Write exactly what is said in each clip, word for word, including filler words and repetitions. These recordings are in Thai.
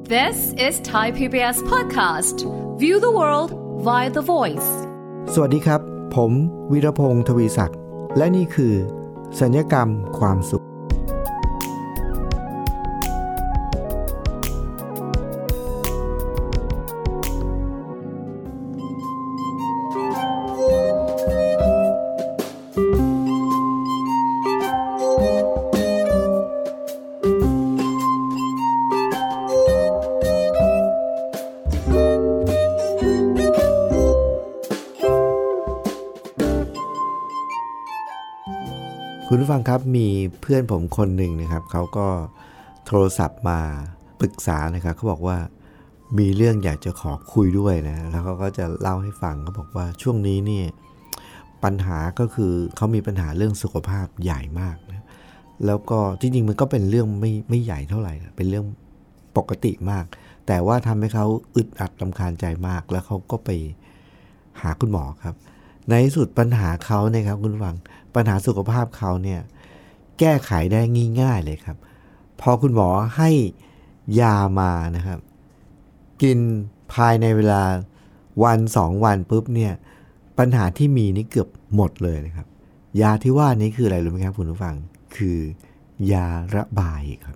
This is Thai พี บี เอส podcast. View the world via the voice. สวัสดีครับผมวีรพงศ์ทวีศักดิ์และนี่คือสัญญกรรมความสุขคุณผู้ฟังครับมีเพื่อนผมคนหนึ่งนะครับเขาก็โทรศัพท์มาปรึกษานะครับเขาบอกว่ามีเรื่องอยากจะขอคุยด้วยนะแล้วเขาก็จะเล่าให้ฟังเขาบอกว่าช่วงนี้นี่ปัญหาก็คือเขามีปัญหาเรื่องสุขภาพใหญ่มากนะแล้วก็จริงๆมันก็เป็นเรื่องไม่ไม่ใหญ่เท่าไหร่นะเป็นเรื่องปกติมากแต่ว่าทำให้เขาอึดอัดรำคาญใจมากแล้วเขาก็ไปหาคุณหมอครับในที่สุดปัญหาเขาเนี่ยครับคุณผู้ฟังปัญหาสุขภาพเขาเนี่ยแก้ไขได้ง่ายๆเลยครับพอคุณหมอให้ยามานะครับกินภายในเวลาวันสองวันปุ๊บเนี่ยปัญหาที่มีนี่เกือบหมดเลยนะครับยาที่ว่านี้คืออะไรรู้ไหมครับคุณผู้ฟังคือยาระบายครับ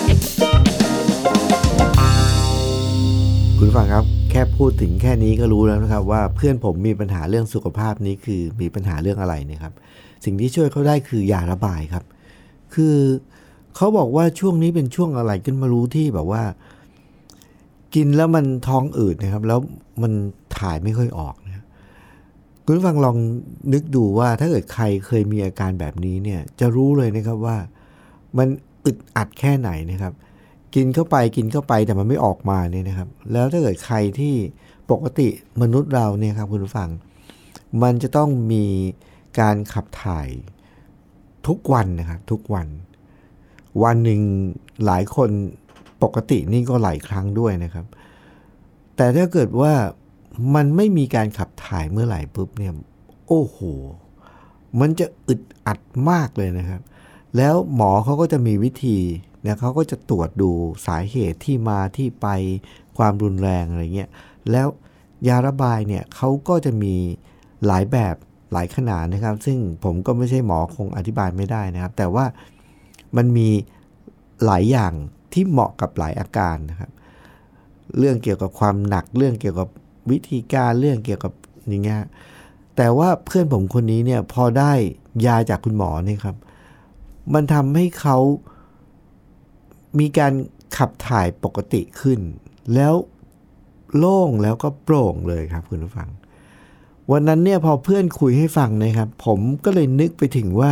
คุณผู้ฟังครับแค่พูดถึงแค่นี้ก็รู้แล้วนะครับว่าเพื่อนผมมีปัญหาเรื่องสุขภาพนี้คือมีปัญหาเรื่องอะไรนะครับสิ่งที่ช่วยเขาได้คือยาระบายครับคือเขาบอกว่าช่วงนี้เป็นช่วงอะไรขึ้นมารู้ที่แบบว่ากินแล้วมันท้องอืดนะครับแล้วมันถ่ายไม่ค่อยออกนะคุณผู้ฟังลองนึกดูว่าถ้าเกิดใครเคยมีอาการแบบนี้เนี่ยจะรู้เลยนะครับว่ามันอึดอัดแค่ไหนนะครับกินเข้าไปกินเข้าไปแต่มันไม่ออกมาเนี่ยนะครับแล้วถ้าเกิดใครที่ปกติมนุษย์เราเนี่ยครับคุณผู้ฟังมันจะต้องมีการขับถ่ายทุกวันนะครับทุกวันวันหนึ่งหลายคนปกตินี่ก็หลายครั้งด้วยนะครับแต่ถ้าเกิดว่ามันไม่มีการขับถ่ายเมื่อไหร่ปุ๊บเนี่ยโอ้โหมันจะอึดอัดมากเลยนะครับแล้วหมอเขาก็จะมีวิธีนะเขาก็จะตรวจดูสาเหตุที่มาที่ไปความรุนแรงอะไรเงี้ยแล้วยาระบายเนี่ยเขาก็จะมีหลายแบบหลายขนาดนะครับซึ่งผมก็ไม่ใช่หมอคงอธิบายไม่ได้นะครับแต่ว่ามันมีหลายอย่างที่เหมาะกับหลายอาการนะครับเรื่องเกี่ยวกับความหนักเรื่องเกี่ยวกับวิธีการเรื่องเกี่ยวกับอย่างเงี้ยแต่ว่าเพื่อนผมคนนี้เนี่ยพอได้ยาจากคุณหมอเนี่ยครับมันทำให้เขามีการขับถ่ายปกติขึ้นแล้วโล่งแล้วก็โปร่งเลยครับคุณผู้ฟังวันนั้นเนี่ยพอเพื่อนคุยให้ฟังนะครับผมก็เลยนึกไปถึงว่า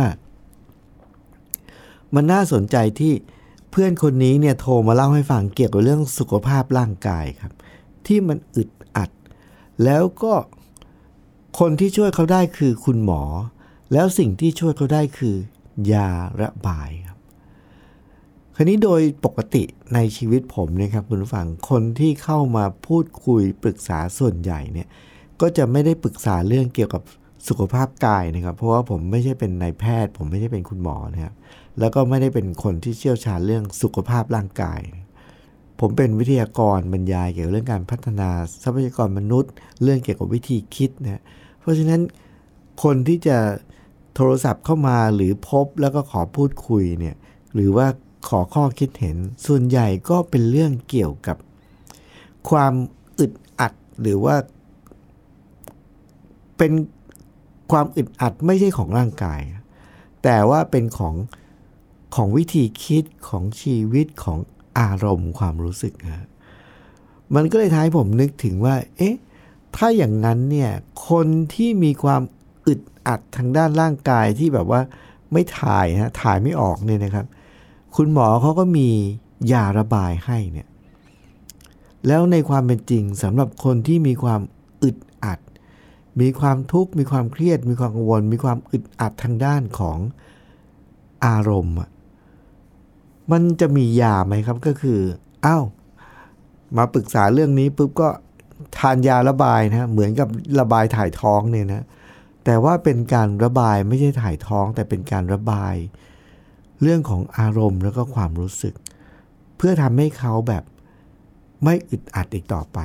มันน่าสนใจที่เพื่อนคนนี้เนี่ยโทรมาเล่าให้ฟังเกี่ยวกับเรื่องสุขภาพร่างกายครับที่มันอึดอัดแล้วก็คนที่ช่วยเขาได้คือคุณหมอแล้วสิ่งที่ช่วยเขาได้คือยาระบายครับคราวนี้โดยปกติในชีวิตผมนะครับคุณผู้ฟังคนที่เข้ามาพูดคุยปรึกษาส่วนใหญ่เนี่ยก็จะไม่ได้ปรึกษาเรื่องเกี่ยวกับสุขภาพกายนะครับเพราะว่าผมไม่ใช่เป็นนายแพทย์ผมไม่ใช่เป็นคุณหมอนะครับแล้วก็ไม่ได้เป็นคนที่เชี่ยวชาญเรื่องสุขภาพร่างกายผมเป็นวิทยากรบรรยายเกี่ยวกับเรื่องการพัฒนาทรัพยากรมนุษย์เรื่องเกี่ยวกับวิธีคิดนะเพราะฉะนั้นคนที่จะโทรศัพท์เข้ามาหรือพบแล้วก็ขอพูดคุยเนี่ยหรือว่าขอข้อคิดเห็นส่วนใหญ่ก็เป็นเรื่องเกี่ยวกับความอึดอัดหรือว่าเป็นความอึดอัดไม่ใช่ของร่างกายแต่ว่าเป็นของของวิธีคิดของชีวิตของอารมณ์ความรู้สึกนะมันก็เลยทำให้ผมนึกถึงว่าเอ๊ะถ้าอย่างนั้นเนี่ยคนที่มีความอึดอัดทางด้านร่างกายที่แบบว่าไม่ถ่ายนะถ่ายไม่ออกเนี่ยนะครับคุณหมอเขาก็มียาระบายให้เนี่ยแล้วในความเป็นจริงสำหรับคนที่มีความอึดอัดมีความทุกข์มีความเครียดมีความกังวลมีความอึดอัดทางด้านของอารมณ์มันจะมียาไหมครับก็คืออ้าวมาปรึกษาเรื่องนี้ปุ๊บก็ทานยาระบายนะเหมือนกับระบายถ่ายท้องเนี่ยนะแต่ว่าเป็นการระบายไม่ใช่ถ่ายท้องแต่เป็นการระบายเรื่องของอารมณ์แล้วก็ความรู้สึกเพื่อทำให้เขาแบบไม่อึดอัดอีกต่อไป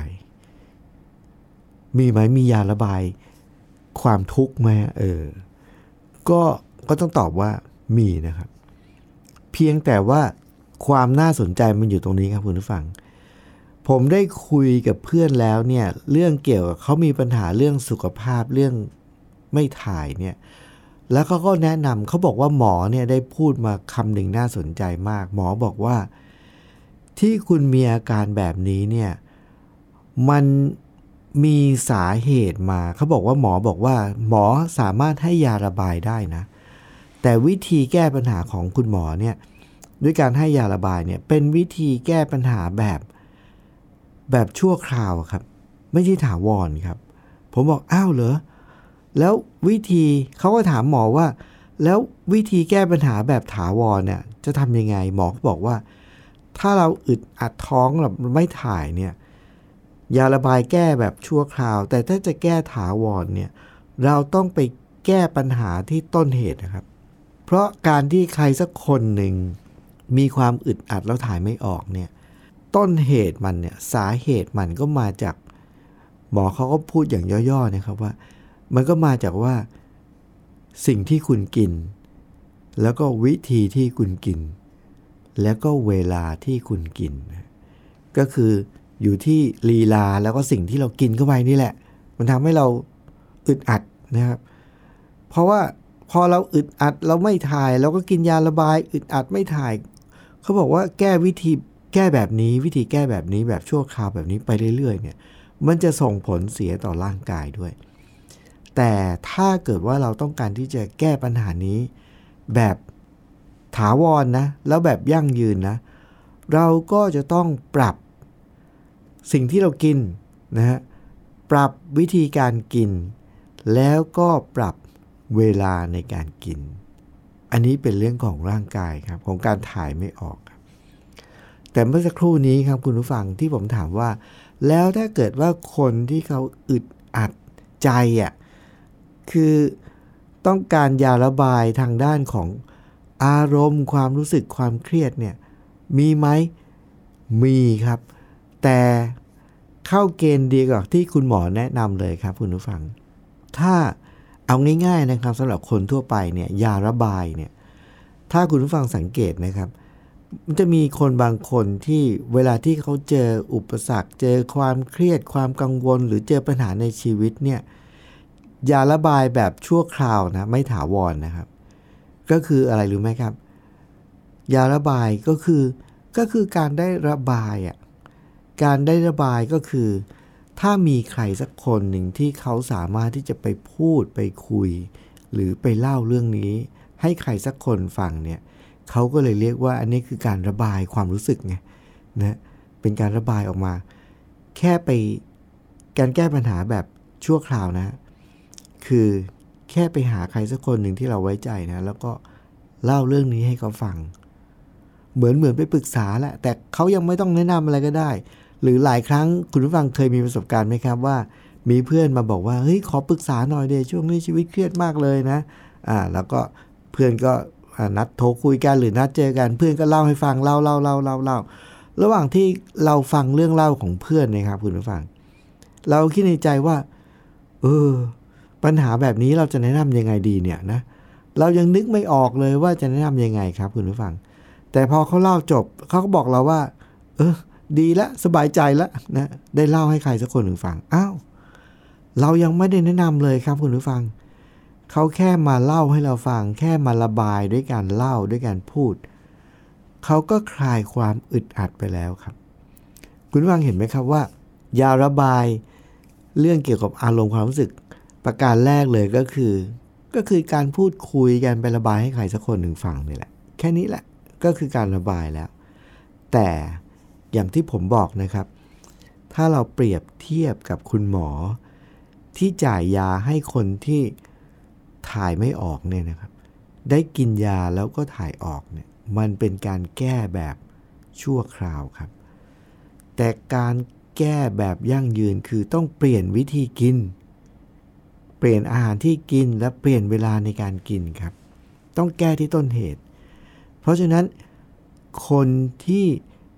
มีไหมมียาระบายความทุกข์ไหมเออก็ก็ต้องตอบว่ามีนะครับเพียงแต่ว่าความน่าสนใจมันอยู่ตรงนี้ครับคุณผู้ฟังผมได้คุยกับเพื่อนแล้วเนี่ยเรื่องเกี่ยวกับเขามีปัญหาเรื่องสุขภาพเรื่องไม่ถ่ายเนี่ยแล้วเขาก็แนะนำเขาบอกว่าหมอเนี่ยได้พูดมาคำหนึ่งน่าสนใจมากหมอบอกว่าที่คุณมีอาการแบบนี้เนี่ยมันมีสาเหตุมาเขาบอกว่าหมอบอกว่าหมอสามารถให้ยาระบายได้นะแต่วิธีแก้ปัญหาของคุณหมอเนี่ยด้วยการให้ยาระบายเนี่ยเป็นวิธีแก้ปัญหาแบบแบบชั่วคราวครับไม่ใช่ถาวรครับผมบอกอ้าวเหรอแล้ววิธีเขาก็ถามหมอว่าแล้ววิธีแก้ปัญหาแบบถาวรเนี่ยจะทำยังไงหมอก็บอกว่าถ้าเราอึดอัดท้องแบบไม่ถ่ายเนี่ยยาระบายแก้แบบชั่วคราวแต่ถ้าจะแก้ถาวรเนี่ยเราต้องไปแก้ปัญหาที่ต้นเหตุนะครับเพราะการที่ใครสักคนหนึ่งมีความอึดอัดแล้วถ่ายไม่ออกเนี่ยต้นเหตุมันเนี่ยสาเหตุมันก็มาจากหมอเขาก็พูดอย่างย่อๆนะครับว่ามันก็มาจากว่าสิ่งที่คุณกินแล้วก็วิธีที่คุณกินแล้วก็เวลาที่คุณกินก็คืออยู่ที่ลีลาแล้วก็สิ่งที่เรากินเข้าไปนี่แหละมันทำให้เราอึดอัดนะครับเพราะว่าพอเราอึดอัดเราไม่ถ่ายเราก็กินยาระบายอึดอัดไม่ถ่ายเขาบอกว่าแก้วิธีแก้แบบนี้วิธีแก้แบบนี้แบบชั่วคราวแบบนี้ไปเรื่อยๆเนี่ยมันจะส่งผลเสียต่อร่างกายด้วยแต่ถ้าเกิดว่าเราต้องการที่จะแก้ปัญหานี้แบบถาวร นะแล้วแบบยั่งยืนนะเราก็จะต้องปรับสิ่งที่เรากินนะฮะปรับวิธีการกินแล้วก็ปรับเวลาในการกินอันนี้เป็นเรื่องของร่างกายครับของการถ่ายไม่ออกครับแต่เมื่อสักครู่นี้ครับคุณผู้ฟังที่ผมถามว่าแล้วถ้าเกิดว่าคนที่เขาอึดอัดใจอ่ะคือต้องการยาระบายทางด้านของอารมณ์ความรู้สึกความเครียดเนี่ยมีไหมมีครับแต่เข้าเกณฑ์ดีกว่าที่คุณหมอแนะนำเลยครับคุณผู้ฟังถ้าเอาง่ายๆนะครับสำหรับคนทั่วไปเนี่ยยาระบายเนี่ยถ้าคุณผู้ฟังสังเกตนะครับมันจะมีคนบางคนที่เวลาที่เขาเจออุปสรรคเจอความเครียดความกังวลหรือเจอปัญหาในชีวิตเนี่ยยาระบายแบบชั่วคราวนะไม่ถาวร นะครับก็คืออะไรรู้ไหมครับยาระบายก็คือก็คือการได้ระบายอ่ะการได้ระบายก็คือถ้ามีใครสักคนหนึ่งที่เขาสามารถที่จะไปพูดไปคุยหรือไปเล่าเรื่องนี้ให้ใครสักคนฟังเนี่ยเขาก็เลยเรียกว่าอันนี้คือการระบายความรู้สึกไงนะเป็นการระบายออกมาแค่ไปการแก้ปัญหาแบบชั่วคราวนะคือแค่ไปหาใครสักคนหนึ่งที่เราไว้ใจนะแล้วก็เล่าเรื่องนี้ให้เขาฟังเหมือนเหมือนไปปรึกษาแหละแต่เขายังไม่ต้องแนะนำอะไรก็ได้หรือหลายครั้งคุณผู้ฟังเคยมีประสบการณ์ไหมครับว่ามีเพื่อนมาบอกว่าเฮ้ยขอปรึกษาหน่อยเดช่วงนี้ชีวิตเครียดมากเลยนะอ่าแล้วก็เพื่อนก็นัดโทรคุยกันหรือนัดเจอกันเพื่อนก็เล่าให้ฟังเล่าเล่าเล่าเล่าเล่าระหว่างที่เราฟังเรื่องเล่าของเพื่อนนะครับคุณผู้ฟังเราคิดในใจว่าเออปัญหาแบบนี้เราจะแนะนำยังไงดีเนี่ยนะเรายังนึกไม่ออกเลยว่าจะแนะนำยังไงครับคุณผู้ฟังแต่พอเขาเล่าจบเขาก็บอกเราว่าเออดีละสบายใจละนะได้เล่าให้ใครสักคนหนึ่งฟังอ้าวเรายังไม่ได้แนะนำเลยครับคุณผู้ฟังเขาแค่มาเล่าให้เราฟังแค่มาระบายด้วยการเล่าด้วยการพูดเขาก็คลายความอึดอัดไปแล้วครับคุณผู้ฟังเห็นไหมครับว่ายาระบายเรื่องเกี่ยวกับอารมณ์ความรู้สึกประการแรกเลยก็คือก็คือการพูดคุยกันไประบายให้ใครสักคนหนึ่งฟังนี่แหละแค่นี้แหละก็คือการระบายแล้วแต่อย่างที่ผมบอกนะครับถ้าเราเปรียบเทียบกับคุณหมอที่จ่ายยาให้คนที่ถ่ายไม่ออกเนี่ยนะครับได้กินยาแล้วก็ถ่ายออกเนี่ยมันเป็นการแก้แบบชั่วคราวครับแต่การแก้แบบยั่งยืนคือต้องเปลี่ยนวิธีกินเปลี่ยนอาหารที่กินและเปลี่ยนเวลาในการกินครับต้องแก้ที่ต้นเหตุเพราะฉะนั้นคนที่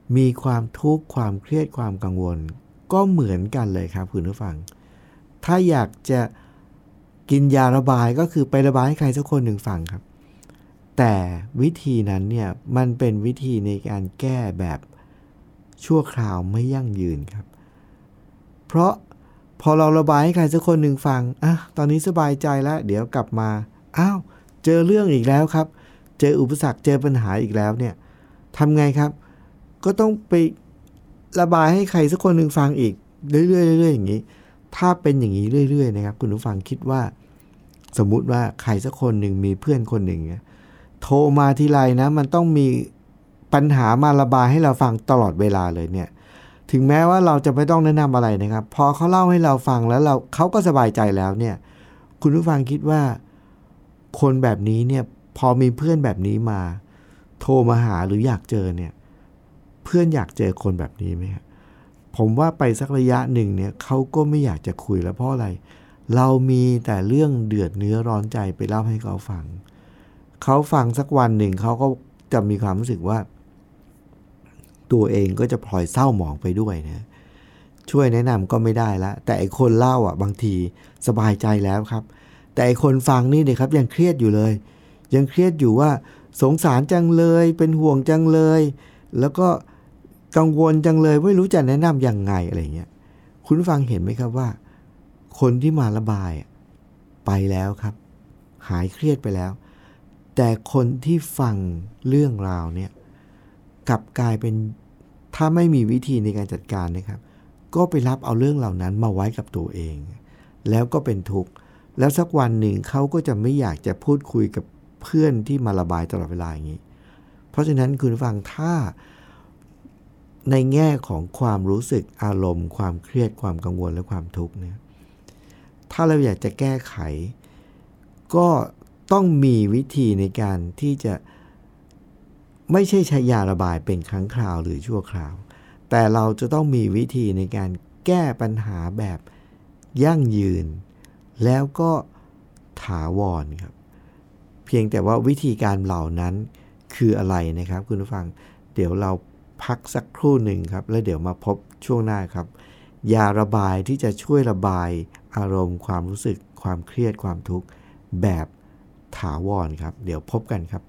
มีความทุกข์ความเครียดความกังวลก็เหมือนกันเลยครับคุณผู้ฟังถ้าอยากจะกินยาระบายก็คือไประบายให้ใครสักคนหนึ่งฟังครับแต่วิธีนั้นเนี่ยมันเป็นวิธีในการแก้แบบชั่วคราวไม่ยั่งยืนครับเพราะพอเราระบายให้ใครสักคนหนึ่งฟังอ่ะตอนนี้สบายใจแล้วเดี๋ยวกลับมาอ้าวเจอเรื่องอีกแล้วครับเจออุปสรรคเจอปัญหาอีกแล้วเนี่ยทำไงครับก็ต้องไประบายให้ใครสักคนหนึ่งฟังอีกเรื่อยๆเรื่อยๆอย่างนี้ถ้าเป็นอย่างนี้เรื่อยๆนะครับคุณผู้ฟังคิดว่าสมมุติว่าใครสักคนหนึ่งมีเพื่อนคนหนึ่งโทรมาทีไรนะมันต้องมีปัญหามาระบายให้เราฟังตลอดเวลาเลยเนี่ยถึงแม้ว่าเราจะไม่ต้องแนะนำอะไรนะครับพอเขาเล่าให้เราฟังแล้วเราเขาก็สบายใจแล้วเนี่ยคุณผู้ฟังคิดว่าคนแบบนี้เนี่ยพอมีเพื่อนแบบนี้มาโทรมาหาหรืออยากเจอเนี่ยเพื่อนอยากเจอคนแบบนี้ไหมครับผมว่าไปสักระยะหนึ่งเนี่ยเขาก็ไม่อยากจะคุยแล้วเพราะอะไรเรามีแต่เรื่องเดือดเนื้อร้อนใจไปเล่าให้เขาฟังเขาฟังสักวันหนึ่งเขาก็จะมีความรู้สึกว่าตัวเองก็จะพลอยเศร้าหมองไปด้วยนะช่วยแนะนำก็ไม่ได้ละแต่ไอ้คนเล่าอ่ะบางทีสบายใจแล้วครับแต่ไอ้คนฟังนี่เนี่ยครับยังเครียดอยู่เลยยังเครียดอยู่ว่าสงสารจังเลยเป็นห่วงจังเลยแล้วก็กังวลจังเลยไม่รู้จะแนะนำยังไงอะไรเงี้ยคุณฟังเห็นไหมครับว่าคนที่มาระบายไปแล้วครับหายเครียดไปแล้วแต่คนที่ฟังเรื่องราวเนี่ยกลับกลายเป็นถ้าไม่มีวิธีในการจัดการนะครับก็ไปรับเอาเรื่องเหล่านั้นมาไว้กับตัวเองแล้วก็เป็นทุกข์แล้วสักวันหนึ่งเขาก็จะไม่อยากจะพูดคุยกับเพื่อนที่มาระบายตลอดเวลาอย่างนี้เพราะฉะนั้นคุณฟังถ้าในแง่ของความรู้สึกอารมณ์ความเครียดความกังวลและความทุกข์เนี่ยถ้าเราอยากจะแก้ไขก็ต้องมีวิธีในการที่จะไม่ใช่ใช้ยาระบายเป็นครั้งคราวหรือชั่วคราวแต่เราจะต้องมีวิธีในการแก้ปัญหาแบบยั่งยืนแล้วก็ถาวรครับเพียงแต่ว่าวิธีการเหล่านั้นคืออะไรนะครับคุณผู้ฟังเดี๋ยวเราพักสักครู่หนึ่งครับแล้วเดี๋ยวมาพบช่วงหน้าครับยาระบายที่จะช่วยระบายอารมณ์ความรู้สึกความเครียดความทุกข์แบบถาวรครับเดี๋ยวพบกันครับ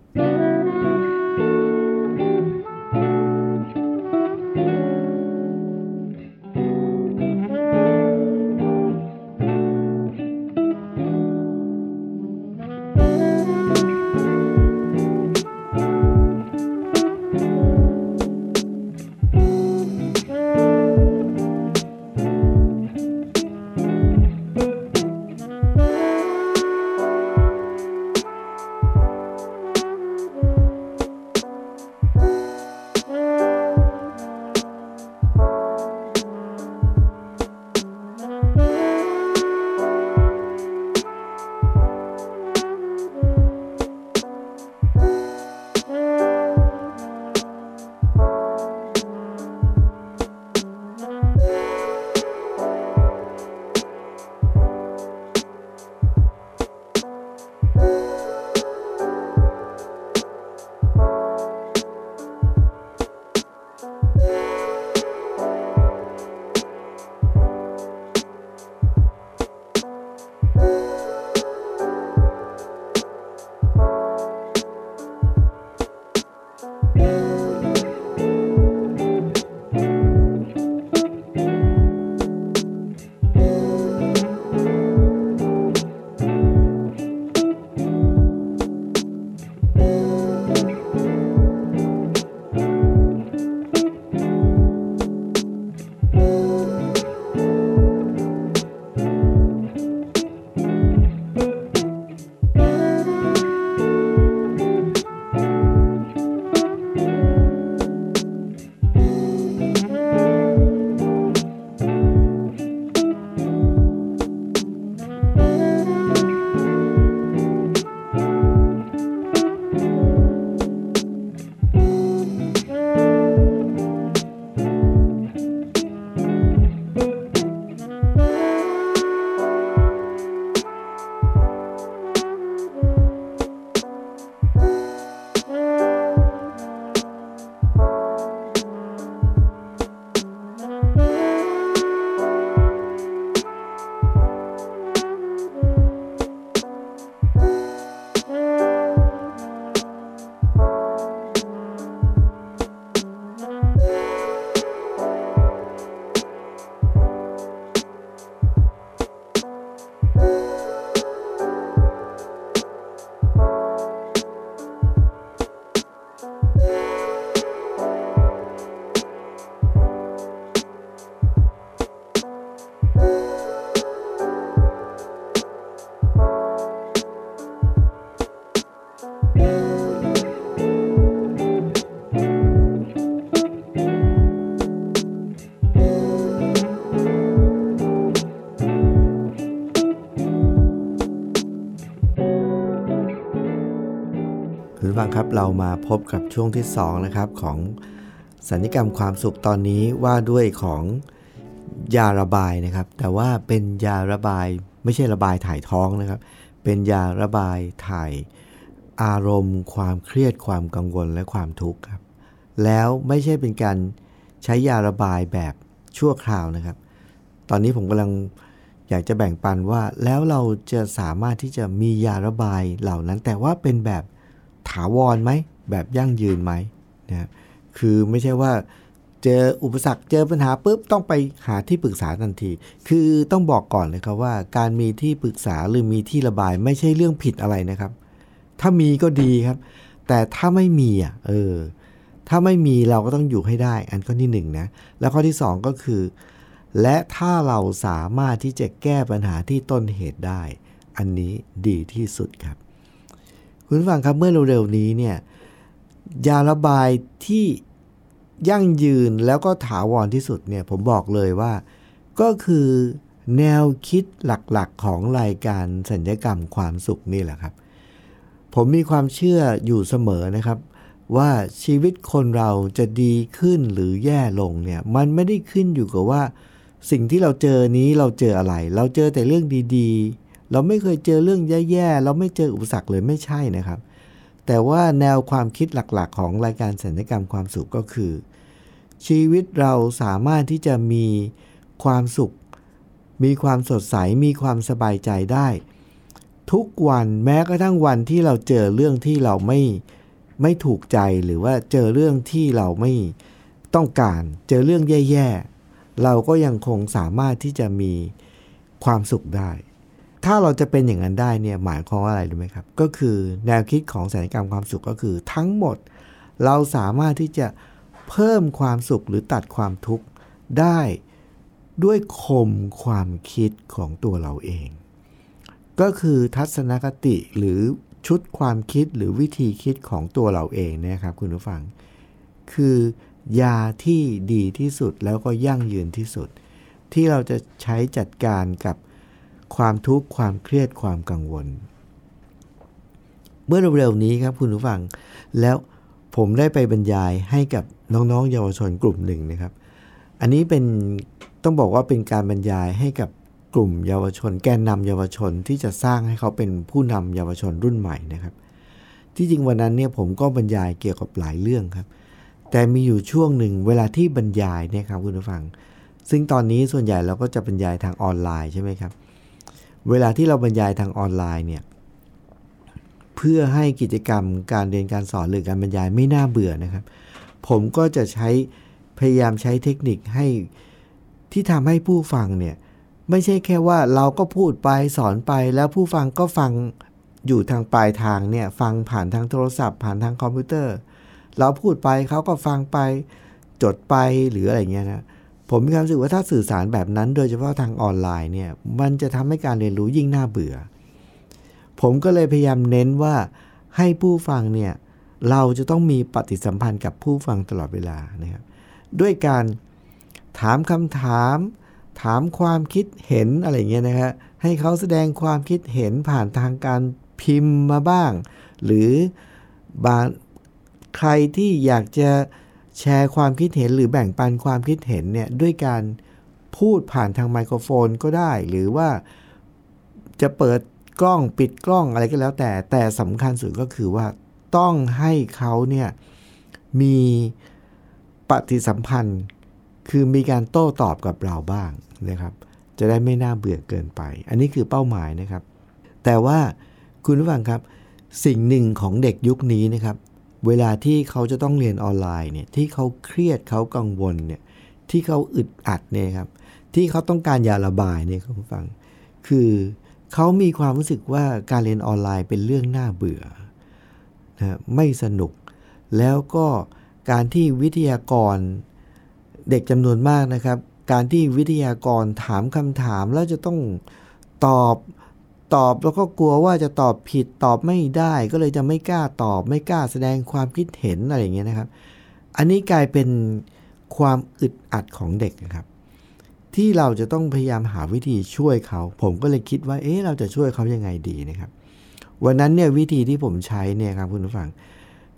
ผู้ฟังครับเรามาพบกับช่วงที่สองนะครับของสัญญกรรมความสุขตอนนี้ว่าด้วยของยาระบายนะครับแต่ว่าเป็นยาระบายไม่ใช่ระบายถ่ายท้องนะครับเป็นยาระบายถ่ายอารมณ์ความเครียดความกังวลและความทุกข์ครับแล้วไม่ใช่เป็นการใช้ยาระบายแบบชั่วคราวนะครับตอนนี้ผมกำลังอยากจะแบ่งปันว่าแล้วเราจะสามารถที่จะมียาระบายเหล่านั้นแต่ว่าเป็นแบบถาวรไหมแบบยั่งยืนไหมนะคือไม่ใช่ว่าเจออุปสรรคเจอปัญหาปุ๊บต้องไปหาที่ปรึกษาทันทีคือต้องบอกก่อนเลยครับว่าการมีที่ปรึกษาหรือมีที่ระบายไม่ใช่เรื่องผิดอะไรนะครับถ้ามีก็ดีครับแต่ถ้าไม่มีอ่ะเออถ้าไม่มีเราก็ต้องอยู่ให้ได้อันข้อที่หนึ่งนะแล้วข้อที่สองก็คือและถ้าเราสามารถที่จะแก้ปัญหาที่ต้นเหตุได้อันนี้ดีที่สุดครับคุณผู้ฟังครับเมื่อเร็วๆนี้เนี่ยยาระบายที่ยั่งยืนแล้วก็ถาวรที่สุดเนี่ยผมบอกเลยว่าก็คือแนวคิดหลักๆของรายการสัญญกรรมความสุขนี่แหละครับผมมีความเชื่ออยู่เสมอนะครับว่าชีวิตคนเราจะดีขึ้นหรือแย่ลงเนี่ยมันไม่ได้ขึ้นอยู่กับว่าสิ่งที่เราเจอนี้เราเจออะไรเราเจอแต่เรื่องดีๆเราไม่เคยเจอเรื่องแย่ๆเราไม่เจออุปสรรคเลยไม่ใช่นะครับแต่ว่าแนวความคิดหลักๆของรายการสัญญกรรมความสุขก็คือชีวิตเราสามารถที่จะมีความสุขมีความสดใสมีความสบายใจได้ทุกวันแม้กระทั่งวันที่เราเจอเรื่องที่เราไม่ไม่ถูกใจหรือว่าเจอเรื่องที่เราไม่ต้องการเจอเรื่องแย่ๆเราก็ยังคงสามารถที่จะมีความสุขได้ถ้าเราจะเป็นอย่างนั้นได้เนี่ยหมายความว่าอะไรรู้ไหมครับก็คือแนวคิดของสัญญกรรมความสุขก็คือทั้งหมดเราสามารถที่จะเพิ่มความสุขหรือตัดความทุกข์ได้ด้วยคมความคิดของตัวเราเองก็คือทัศนคติหรือชุดความคิดหรือวิธีคิดของตัวเราเองนะครับคุณผู้ฟังคือยาที่ดีที่สุดแล้วก็ยั่งยืนที่สุดที่เราจะใช้จัดการกับความทุกข์ความเครียดความกังวลเมื่อเร็วๆนี้ครับคุณผู้ฟังแล้วผมได้ไปบรรยายให้กับน้องๆเยาวชนกลุ่มหนึ่งนะครับอันนี้เป็นต้องบอกว่าเป็นการบรรยายให้กับกลุ่มเยาวชนแกนนำเยาวชนที่จะสร้างให้เขาเป็นผู้นำเยาวชนรุ่นใหม่นะครับที่จริงวันนั้นเนี่ยผมก็บรรยายเกี่ยวกับหลายเรื่องครับแต่มีอยู่ช่วงหนึ่งเวลาที่บรรยายเนี่ยครับคุณผู้ฟังซึ่งตอนนี้ส่วนใหญ่เราก็จะบรรยายทางออนไลน์ใช่ไหมครับเวลาที่เราบรรยายทางออนไลน์เนี่ยเพื่อให้กิจกรรมการเรียนการสอนหรือการบรรยายไม่น่าเบื่อนะครับผมก็จะใช้พยายามใช้เทคนิคให้ที่ทำให้ผู้ฟังเนี่ยไม่ใช่แค่ว่าเราก็พูดไปสอนไปแล้วผู้ฟังก็ฟังอยู่ทางปลายทางเนี่ยฟังผ่านทางโทรศัพท์ผ่านทางคอมพิวเตอร์เราพูดไปเขาก็ฟังไปจดไปหรืออะไรเงี้ยนะผมมีความรู้สึกว่าถ้าสื่อสารแบบนั้นโดยเฉพาะทางออนไลน์เนี่ยมันจะทำให้การเรียนรู้ยิ่งน่าเบื่อผมก็เลยพยายามเน้นว่าให้ผู้ฟังเนี่ยเราจะต้องมีปฏิสัมพันธ์กับผู้ฟังตลอดเวลานะครับด้วยการถามคำถามถามความคิดเห็นอะไรเงี้ยนะครับให้เขาแสดงความคิดเห็นผ่านทางการพิมพ์มาบ้างหรือบางใครที่อยากจะแชร์ความคิดเห็นหรือแบ่งปันความคิดเห็นเนี่ยด้วยการพูดผ่านทางไมโครโฟนก็ได้หรือว่าจะเปิดกล้องปิดกล้องอะไรก็แล้วแต่แต่สำคัญสุดก็คือว่าต้องให้เขาเนี่ยมีปฏิสัมพันธ์คือมีการโต้ตอบกับเราบ้างนะครับจะได้ไม่น่าเบื่อเกินไปอันนี้คือเป้าหมายนะครับแต่ว่าคุณผู้ฟังครับสิ่งหนึ่งของเด็กยุคนี้นะครับเวลาที่เขาจะต้องเรียนออนไลน์เนี่ยที่เขาเครียดเขากังวลเนี่ยที่เขาอึดอัดเนี่ยครับที่เขาต้องการยาระบายเนี่ยคุณผู้ฟังคือเขามีความรู้สึกว่าการเรียนออนไลน์เป็นเรื่องน่าเบื่อนะไม่สนุกแล้วก็การที่วิทยากรเด็กจำนวนมากนะครับการที่วิทยากรถามคำถามแล้วจะต้องตอบตอบแล้วก็กลัวว่าจะตอบผิดตอบไม่ได้ก็เลยจะไม่กล้าตอบไม่กล้าแสดงความคิดเห็นอะไรอย่างเงี้ยนะครับอันนี้กลายเป็นความอึดอัดของเด็กนะครับที่เราจะต้องพยายามหาวิธีช่วยเขาผมก็เลยคิดว่าเอ๊ะเราจะช่วยเขายังไงดีนะครับวันนั้นเนี่ยวิธีที่ผมใช้เนี่ยครับคุณผู้ฟัง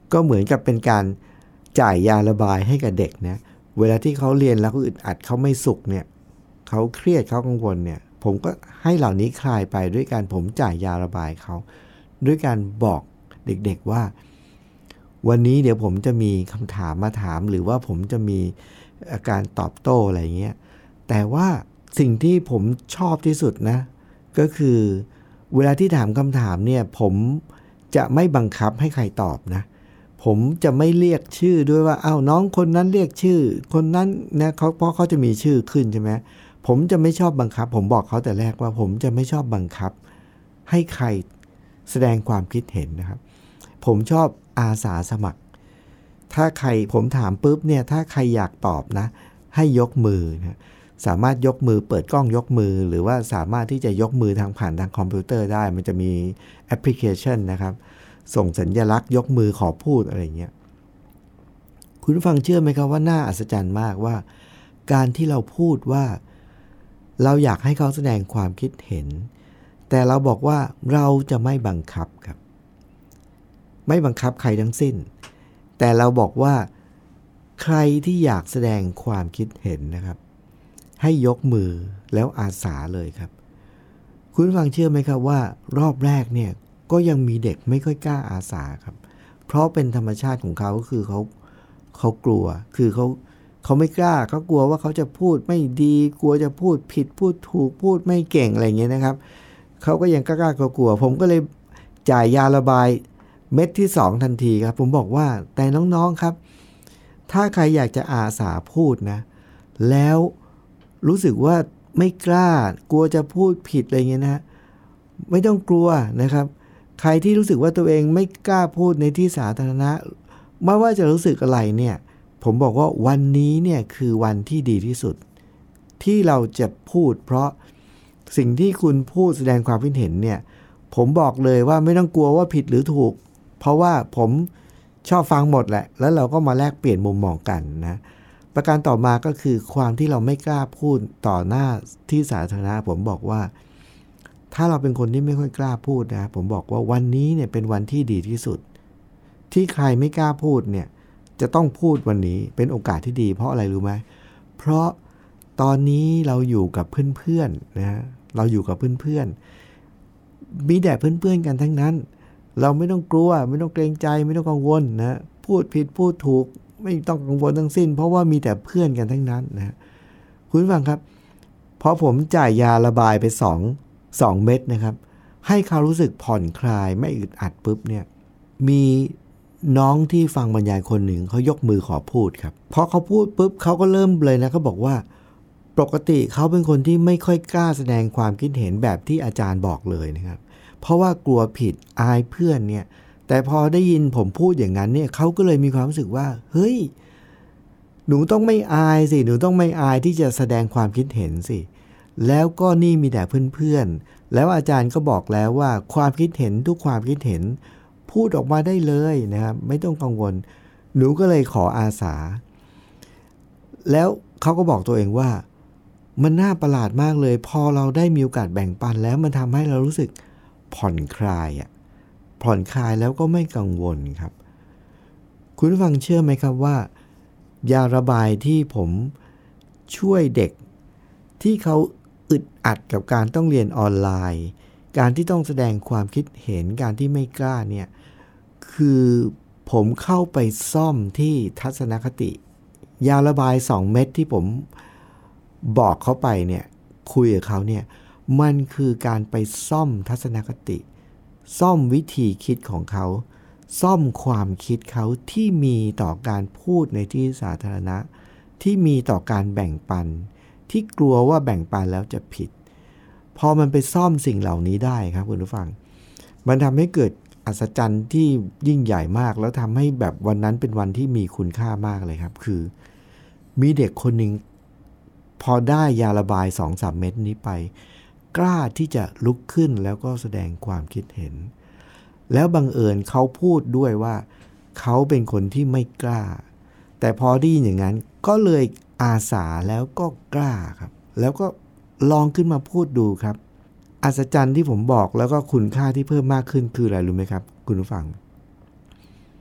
ก็เหมือนกับเป็นการจ่ายยาระบายให้กับเด็กนะเวลาที่เขาเรียนแล้วเขาอึดอัดเขาไม่สุขเนี่ยเขาเครียดเขากังวลเนี่ยผมก็ให้เหล่านี้คลายไปด้วยการผมจ่ายยาระบายเขาด้วยการบอกเด็กๆว่าวันนี้เดี๋ยวผมจะมีคำถามมาถามหรือว่าผมจะมีอาการตอบโต้อะไรเงี้ยแต่ว่าสิ่งที่ผมชอบที่สุดนะก็คือเวลาที่ถามคำถามเนี่ยผมจะไม่บังคับให้ใครตอบนะผมจะไม่เรียกชื่อด้วยว่าอ้าวน้องคนนั้นเรียกชื่อคนนั้นนะเขาเพราะเขาจะมีชื่อขึ้นใช่ไหมผมจะไม่ชอบบังคับผมบอกเขาแต่แรกว่าผมจะไม่ชอบบังคับให้ใครแสดงความคิดเห็นนะครับผมชอบอาสาสมัครถ้าใครผมถามปุ๊บเนี่ยถ้าใครอยากตอบนะให้ยกมือนะสามารถยกมือเปิดกล้องยกมือหรือว่าสามารถที่จะยกมือทางผ่านทางคอมพิวเตอร์ได้มันจะมีแอปพลิเคชันนะครับส่งสัญลักษณ์ยกมือขอพูดอะไรเงี้ยคุณฟังเชื่อไหมครับว่าน่าอัศจรรย์มากว่าการที่เราพูดว่าเราอยากให้เขาแสดงความคิดเห็นแต่เราบอกว่าเราจะไม่บังคับครับไม่บังคับใครทั้งสิ้นแต่เราบอกว่าใครที่อยากแสดงความคิดเห็นนะครับให้ยกมือแล้วอาสาเลยครับคุณฟังเชื่อไหมครับว่ารอบแรกเนี่ยก็ยังมีเด็กไม่ค่อยกล้าอาสาครับเพราะเป็นธรรมชาติของเขาก็คือเขาเขากลัวคือเขาเขาไม่กล้าเขากลัวว่าเขาจะพูดไม่ดีกลัวจะพูดผิดพูดถูกพูดไม่เก่งอะไรเงี้ยนะครับเขาก็ยังกล้ากลัวผมก็เลยจ่ายยาระบายเม็ดที่สองทันทีครับผมบอกว่าแต่น้องๆครับถ้าใครอยากจะอาสาพูดนะแล้วรู้สึกว่าไม่กล้ากลัวจะพูดผิดอะไรเงี้ยนะไม่ต้องกลัวนะครับใครที่รู้สึกว่าตัวเองไม่กล้าพูดในที่สาธารณะไม่ว่าจะรู้สึกอะไรเนี่ยผมบอกว่าวันนี้เนี่ยคือวันที่ดีที่สุดที่เราจะพูดเพราะสิ่งที่คุณพูดแสดงความคิดเห็นเนี่ยผมบอกเลยว่าไม่ต้องกลัวว่าผิดหรือถูกเพราะว่าผมชอบฟังหมดแหละแล้วเราก็มาแลกเปลี่ยนมุมมองกันนะประการต่อมาก็คือความที่เราไม่กล้าพูดต่อหน้าที่สาธารณะผมบอกว่าถ้าเราเป็นคนที่ไม่ค่อยกล้าพูดนะผมบอกว่าวันนี้เนี่ยเป็นวันที่ดีที่สุดที่ใครไม่กล้าพูดเนี่ยจะต้องพูดวันนี้เป็นโอกาสที่ดีเพราะอะไรรู้ไหมเพราะตอนนี้เราอยู่กับเพื่อนๆนะเราอยู่กับเพื่อนๆมีแต่เพื่อนๆกันทั้งนั้นเราไม่ต้องกลัวไม่ต้องเกรงใจไม่ต้องกังวลนะพูดผิดพูดถูกไม่ต้องกังวลทั้งสิ้นเพราะว่ามีแต่เพื่อนกันทั้งนั้นนะคุณฟังครับพอผมจ่ายยาระบายไปสอง สองเม็ดนะครับให้เขารู้สึกผ่อนคลายไม่อึดอัดปุ๊บเนี่ยมีน้องที่ฟังบรรยายคนหนึ่งเขายกมือขอพูดครับพอเขาพูดปุ๊บเขาก็เริ่มเลยนะเขาบอกว่าปกติเขาเป็นคนที่ไม่ค่อยกล้าแสดงความคิดเห็นแบบที่อาจารย์บอกเลยนะครับเพราะว่ากลัวผิดอายเพื่อนเนี่ยแต่พอได้ยินผมพูดอย่างนั้นเนี่ยเขาก็เลยมีความรู้สึกว่าเฮ้ยหนูต้องไม่อายสิหนูต้องไม่อายที่จะแสดงความคิดเห็นสิแล้วก็นี่มีแต่เพื่อนๆแล้วอาจารย์ก็บอกแล้วว่าความคิดเห็นทุกความคิดเห็นพูดออกมาได้เลยนะครับไม่ต้องกังวลหนูก็เลยขออาสาแล้วเขาก็บอกตัวเองว่ามันน่าประหลาดมากเลยพอเราได้มีโอกาสแบ่งปันแล้วมันทำให้เรารู้สึกผ่อนคลายอ่ะผ่อนคลายแล้วก็ไม่กังวลครับคุณผู้ฟังเชื่อไหมครับว่ายาระบายที่ผมช่วยเด็กที่เขาอึดอัดกับการต้องเรียนออนไลน์การที่ต้องแสดงความคิดเห็นการที่ไม่กล้าเนี่ยคือผมเข้าไปซ่อมที่ทัศนคติยาระบายสองเม็ดที่ผมบอกเขาไปเนี่ยคุยกับเขาเนี่ยมันคือการไปซ่อมทัศนคติซ่อมวิธีคิดของเขาซ่อมความคิดเขาที่มีต่อการพูดในที่สาธารณะที่มีต่อการแบ่งปันที่กลัวว่าแบ่งปันแล้วจะผิดพอมันไปซ่อมสิ่งเหล่านี้ได้ครับคุณผู้ฟังมันทำให้เกิดอัศจรรย์ที่ยิ่งใหญ่มากแล้วทำให้แบบวันนั้นเป็นวันที่มีคุณค่ามากเลยครับคือมีเด็กคนหนึ่งพอได้ยาระบาย สองถึงสาม เม็ดนี้ไปกล้าที่จะลุกขึ้นแล้วก็แสดงความคิดเห็นแล้วบังเอิญเขาพูดด้วยว่าเขาเป็นคนที่ไม่กล้าแต่พอได้ยินอย่างนั้นก็เลยอาสาแล้วก็กล้าครับแล้วก็ลองขึ้นมาพูดดูครับอัศจรรย์ที่ผมบอกแล้วก็คุณค่าที่เพิ่มมากขึ้นคืออะไรรู้ไหมครับคุณผู้ฟัง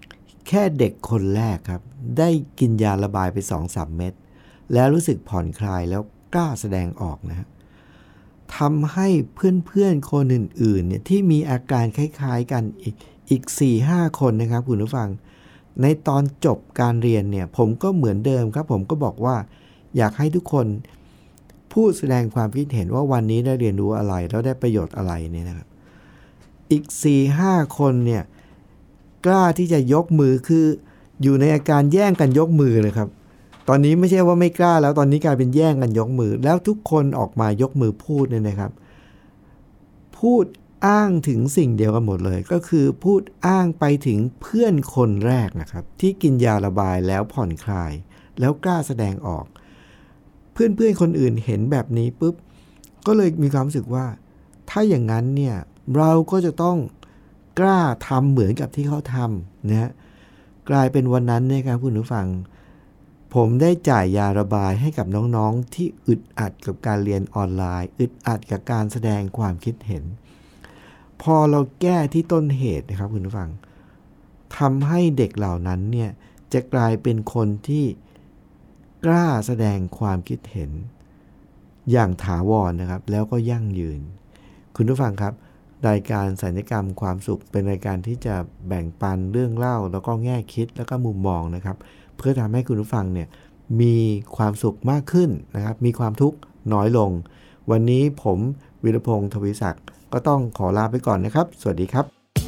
แค่เด็กคนแรกครับได้กินยาระบายไป สองถึงสาม เม็ดแล้วรู้สึกผ่อนคลายแล้วกล้าแสดงออกนะทำให้เพื่อนๆคนอื่นๆเนี่ยที่มีอาการคล้ายๆกันอีกอีก สี่ถึงห้า คนนะครับคุณผู้ฟังในตอนจบการเรียนเนี่ยผมก็เหมือนเดิมครับผมก็บอกว่าอยากให้ทุกคนพูดแสดงความคิดเห็นว่าวันนี้ได้เรียนรู้อะไรแล้วได้ประโยชน์อะไรเนี่ยนะครับอีก สี่ถึงห้า คนเนี่ยกล้าที่จะยกมือคืออยู่ในอาการแย่งกันยกมือเลยครับตอนนี้ไม่ใช่ว่าไม่กล้าแล้วตอนนี้กลายเป็นแย่งกันยกมือแล้วทุกคนออกมายกมือพูดเนี่ยนะครับพูดอ้างถึงสิ่งเดียวกันหมดเลยก็คือพูดอ้างไปถึงเพื่อนคนแรกนะครับที่กินยาระบายแล้วผ่อนคลายแล้วกล้าแสดงออกเพื่อนๆคนอื่นเห็นแบบนี้ปุ๊บก็เลยมีความรู้สึกว่าถ้าอย่างนั้นเนี่ยเราก็จะต้องกล้าทำเหมือนกับที่เขาทำนะฮะกลายเป็นวันนั้นนะครับคุณผู้ฟังผมได้จ่ายยาระบายให้กับน้องๆที่อึดอัดกับการเรียนออนไลน์อึดอัดกับการแสดงความคิดเห็นพอเราแก้ที่ต้นเหตุนะครับคุณผู้ฟังทำให้เด็กเหล่านั้นเนี่ยจะกลายเป็นคนที่กล้าแสดงความคิดเห็นอย่างถาวรนะครับแล้วก็ยั่งยืนคุณผู้ฟังครับรายการสัญญกรรมความสุขเป็นรายการที่จะแบ่งปันเรื่องเล่าแล้วก็แง่คิดแล้วก็มุมมองนะครับเพื่อทำให้คุณผู้ฟังเนี่ยมีความสุขมากขึ้นนะครับมีความทุกข์น้อยลงวันนี้ผมวีรพงศ์ทวีศักดิ์ก็ต้องขอลาไปก่อนนะครับสวัสดีครับ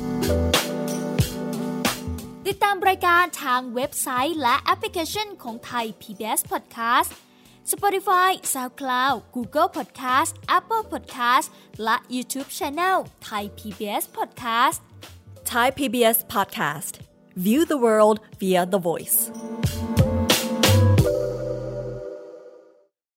ติดตามรายการทางเว็บไซต์และแอปพลิเคชันของไทย พี บี เอส Podcast Spotify, SoundCloud, Google Podcast, Apple Podcast และ YouTube Channel Thai พี บี เอส Podcast Thai พี บี เอส Podcast View the world via the voice